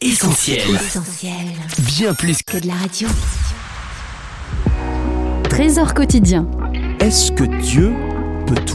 Essentiel. Bien plus que de la radio. Trésor quotidien. Est-ce que Dieu peut tout ?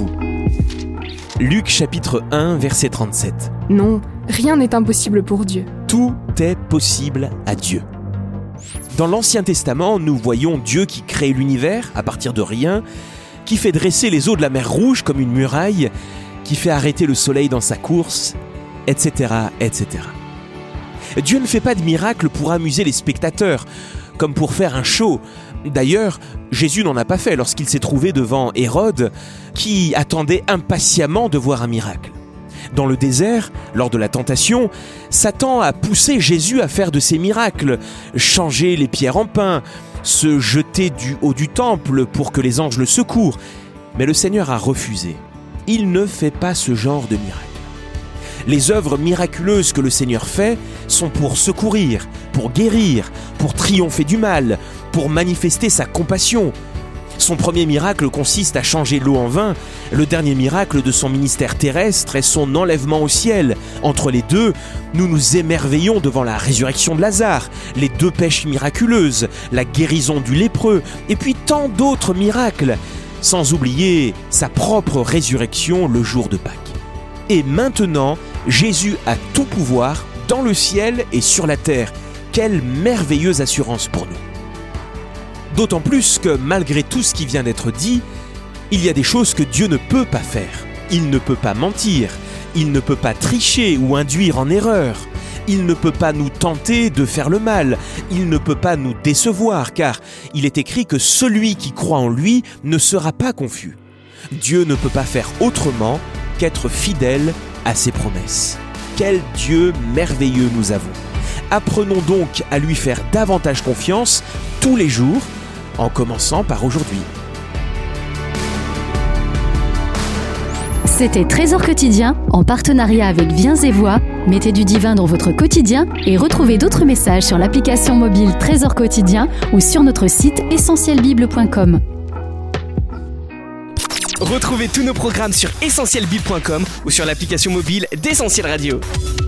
Luc chapitre 1 verset 37. Non, rien n'est impossible pour Dieu. Tout est possible à Dieu. Dans l'Ancien Testament, nous voyons Dieu qui crée l'univers à partir de rien, qui fait dresser les eaux de la mer Rouge comme une muraille, qui fait arrêter le soleil dans sa course, etc., etc. Dieu ne fait pas de miracle pour amuser les spectateurs, comme pour faire un show. D'ailleurs, Jésus n'en a pas fait lorsqu'il s'est trouvé devant Hérode, qui attendait impatiemment de voir un miracle. Dans le désert, lors de la tentation, Satan a poussé Jésus à faire de ces miracles, changer les pierres en pain, se jeter du haut du temple pour que les anges le secourent. Mais le Seigneur a refusé. Il ne fait pas ce genre de miracle. Les œuvres miraculeuses que le Seigneur fait sont pour secourir, pour guérir, pour triompher du mal, pour manifester sa compassion. Son premier miracle consiste à changer l'eau en vin. Le dernier miracle de son ministère terrestre est son enlèvement au ciel. Entre les deux, nous nous émerveillons devant la résurrection de Lazare, les 2 pêches miraculeuses, la guérison du lépreux, et puis tant d'autres miracles, sans oublier sa propre résurrection le jour de Pâques. Et maintenant, Jésus a tout pouvoir dans le ciel et sur la terre. Quelle merveilleuse assurance pour nous! D'autant plus que malgré tout ce qui vient d'être dit, il y a des choses que Dieu ne peut pas faire. Il ne peut pas mentir, il ne peut pas tricher ou induire en erreur, il ne peut pas nous tenter de faire le mal, il ne peut pas nous décevoir, car il est écrit que celui qui croit en lui ne sera pas confus. Dieu ne peut pas faire autrement qu'être fidèle à ses promesses. Quel Dieu merveilleux nous avons! Apprenons donc à lui faire davantage confiance tous les jours, en commençant par aujourd'hui. C'était Trésor quotidien, en partenariat avec Viens et Voix. Mettez du divin dans votre quotidien et retrouvez d'autres messages sur l'application mobile Trésor quotidien ou sur notre site essentielbible.com. Retrouvez tous nos programmes sur essentielbible.com ou sur l'application mobile d'Essentiel Radio.